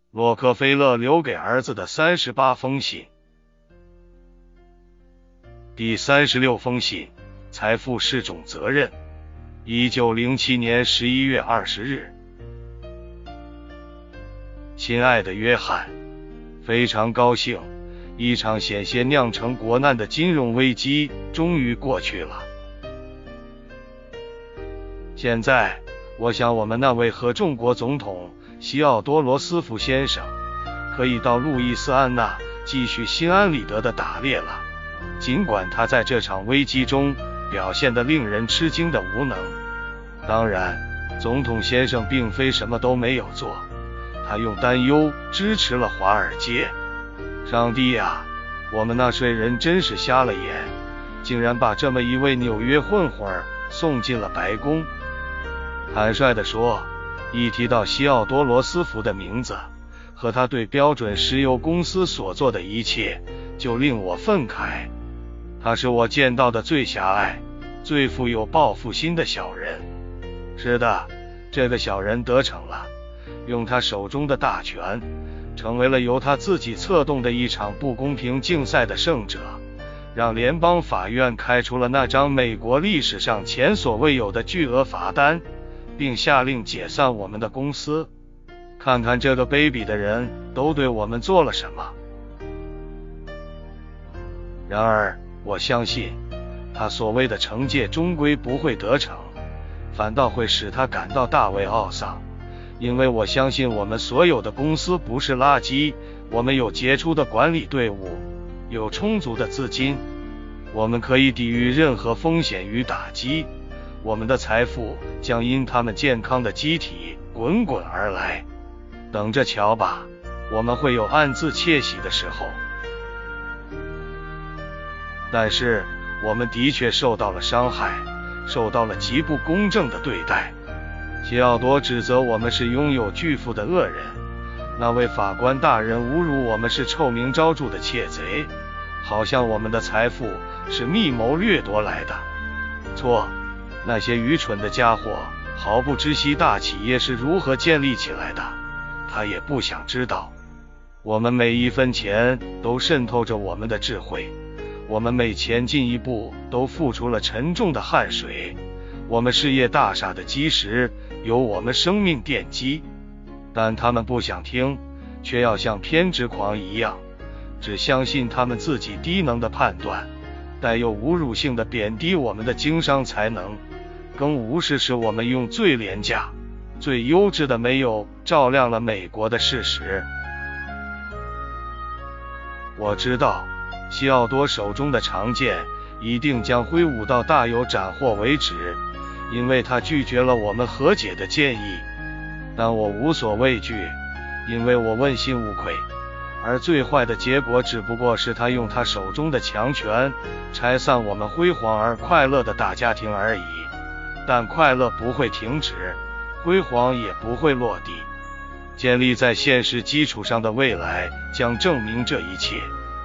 洛克菲勒留给儿子的38封信。第36封信，财富是种责任。1907年11月20日。亲爱的约翰，非常高兴，一场险些酿成国难的金融危机终于过去了。现在，我想我们那位合众国总统西奥多·罗斯福先生可以到路易斯安那继续心安理得的打猎了，尽管他在这场危机中表现得令人吃惊的无能。当然，总统先生并非什么都没有做，他用担忧支持了华尔街。上帝呀，我们纳税人真是瞎了眼，竟然把这么一位纽约混混送进了白宫。坦率地说，一提到西奥多·罗斯福的名字和他对标准石油公司所做的一切，就令我愤慨。他是我见到的最狭隘、最富有报复心的小人。是的，这个小人得逞了，用他手中的大权，成为了由他自己策动的一场不公平竞赛的胜者，让联邦法院开出了那张美国历史上前所未有的巨额罚单，并下令解散我们的公司。看看这个卑鄙的人都对我们做了什么。然而，我相信他所谓的惩戒终归不会得逞，反倒会使他感到大为懊丧，因为我相信我们所有的公司不是垃圾，我们有杰出的管理队伍，有充足的资金，我们可以抵御任何风险与打击，我们的财富将因他们健康的机体滚滚而来。等着瞧吧，我们会有暗自窃喜的时候。但是，我们的确受到了伤害，受到了极不公正的对待。西奥多指责我们是拥有巨富的恶人，那位法官大人侮辱我们是臭名昭著的窃贼，好像我们的财富是密谋掠夺来的。错，那些愚蠢的家伙毫不知悉大企业是如何建立起来的，他也不想知道。我们每一分钱都渗透着我们的智慧，我们每前进一步都付出了沉重的汗水，我们事业大厦的基石由我们生命奠基，但他们不想听，却要像偏执狂一样，只相信他们自己低能的判断，带有侮辱性的贬低我们的经商才能，更无视使我们用最廉价、最优质的煤油照亮了美国的事实。我知道西奥多手中的长剑一定将挥舞到大有斩获为止，因为他拒绝了我们和解的建议。但我无所畏惧，因为我问心无愧，而最坏的结果只不过是他用他手中的强权拆散我们辉煌而快乐的大家庭而已。但快乐不会停止，辉煌也不会落地。建立在现实基础上的未来将证明这一切。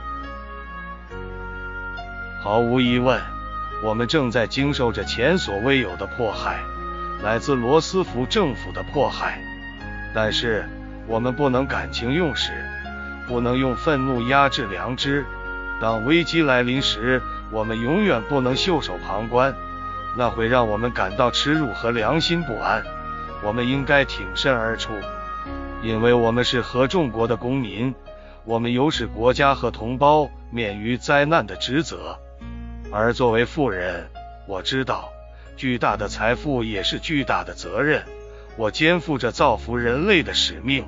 毫无疑问，我们正在经受着前所未有的迫害，来自罗斯福政府的迫害。但是，我们不能感情用事，不能用愤怒压制良知。当危机来临时，我们永远不能袖手旁观，那会让我们感到耻辱和良心不安。我们应该挺身而出，因为我们是合众国的公民，我们有使国家和同胞免于灾难的职责。而作为富人，我知道巨大的财富也是巨大的责任，我肩负着造福人类的使命。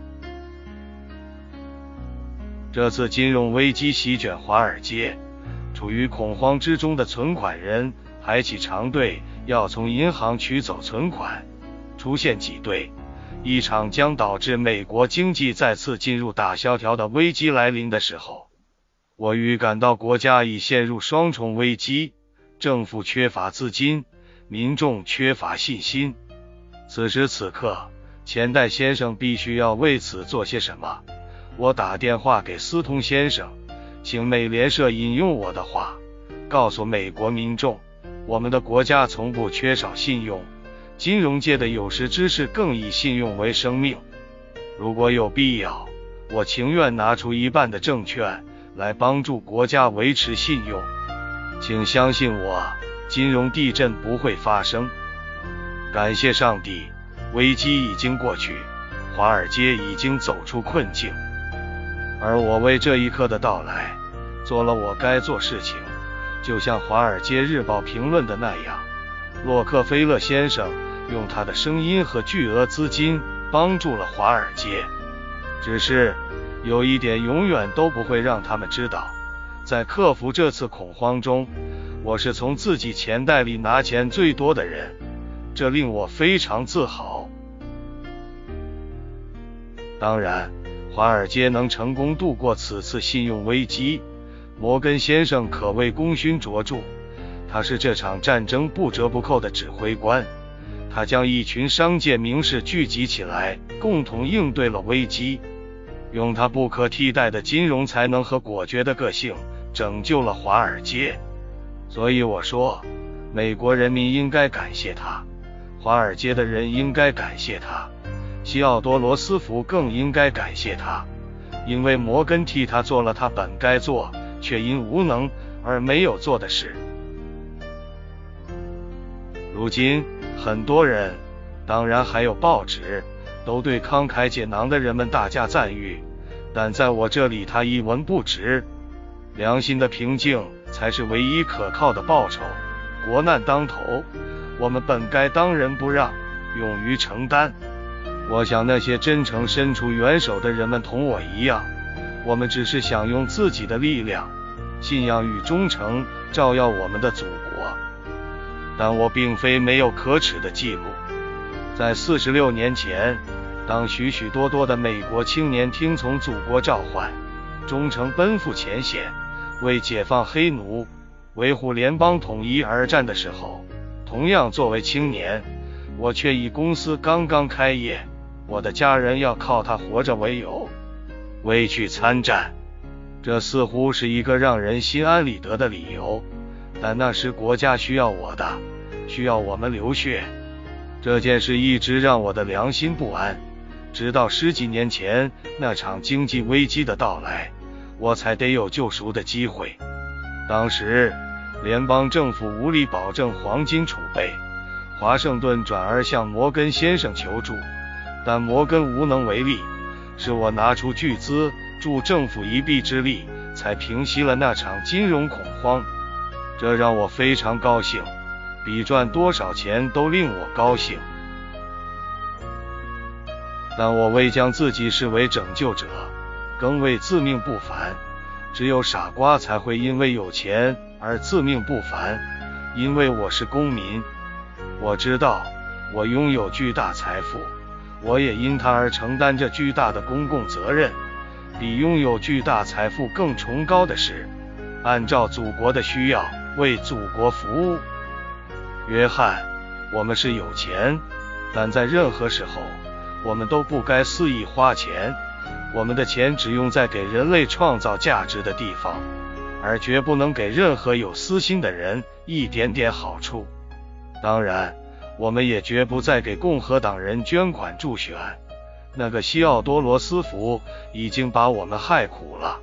这次金融危机席卷华尔街，处于恐慌之中的存款人排起长队，要从银行取走存款。出现挤兑，一场将导致美国经济再次进入大萧条的危机来临的时候，我预感到国家已陷入双重危机，政府缺乏资金，民众缺乏信心。此时此刻，钱袋先生必须要为此做些什么。我打电话给斯通先生，请美联社引用我的话，告诉美国民众，我们的国家从不缺少信用，金融界的有识之士更以信用为生命。如果有必要， 我情愿拿出一半的证券来帮助国家维持信用。请相信我，金融地震不会发生。感谢上帝，危机已经过去，华尔街已经走出困境，而我为这一刻的到来做了我该做事情。就像《华尔街日报》评论的那样，洛克菲勒先生用他的声音和巨额资金帮助了华尔街。只是有一点永远都不会让他们知道，在克服这次恐慌中，我是从自己钱袋里拿钱最多的人，这令我非常自豪。当然，华尔街能成功度过此次信用危机，摩根先生可谓功勋卓著。他是这场战争不折不扣的指挥官，他将一群商界名士聚集起来，共同应对了危机，用他不可替代的金融才能和果决的个性拯救了华尔街。所以我说，美国人民应该感谢他，华尔街的人应该感谢他，西奥多·罗斯福更应该感谢他，因为摩根替他做了他本该做却因无能而没有做的事。如今很多人，当然还有报纸，都对慷慨解囊的人们大加赞誉，但在我这里他一文不值。良心的平静才是唯一可靠的报酬。国难当头，我们本该当仁不让，勇于承担。我想那些真诚伸出援手的人们同我一样，我们只是想用自己的力量、信仰与忠诚照耀我们的祖国。但我并非没有可耻的记录。在46年前，当许许多多的美国青年听从祖国召唤，忠诚奔赴前线，为解放黑奴、维护联邦统一而战的时候，同样作为青年，我却以公司刚刚开业，我的家人要靠它活着为由，未去参战。这似乎是一个让人心安理得的理由，但那时国家需要我的，需要我们流血。这件事一直让我的良心不安，直到10几年前那场经济危机的到来，我才得有救赎的机会。当时联邦政府无力保证黄金储备，华盛顿转而向摩根先生求助，但摩根无能为力，是我拿出巨资助政府一臂之力，才平息了那场金融恐慌。这让我非常高兴，比赚多少钱都令我高兴。但我未将自己视为拯救者，更为自命不凡。只有傻瓜才会因为有钱而自命不凡，因为我是公民。我知道我拥有巨大财富，我也因它而承担着巨大的公共责任。比拥有巨大财富更崇高的是，按照祖国的需要为祖国服务。约翰，我们是有钱，但在任何时候，我们都不该肆意花钱。我们的钱只用在给人类创造价值的地方，而绝不能给任何有私心的人一点点好处。当然，我们也绝不再给共和党人捐款助选。那个西奥多·罗斯福已经把我们害苦了。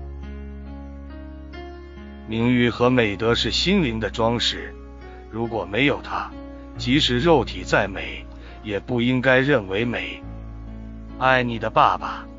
名誉和美德是心灵的装饰，如果没有它，即使肉体再美，也不应该认为美。爱你的爸爸。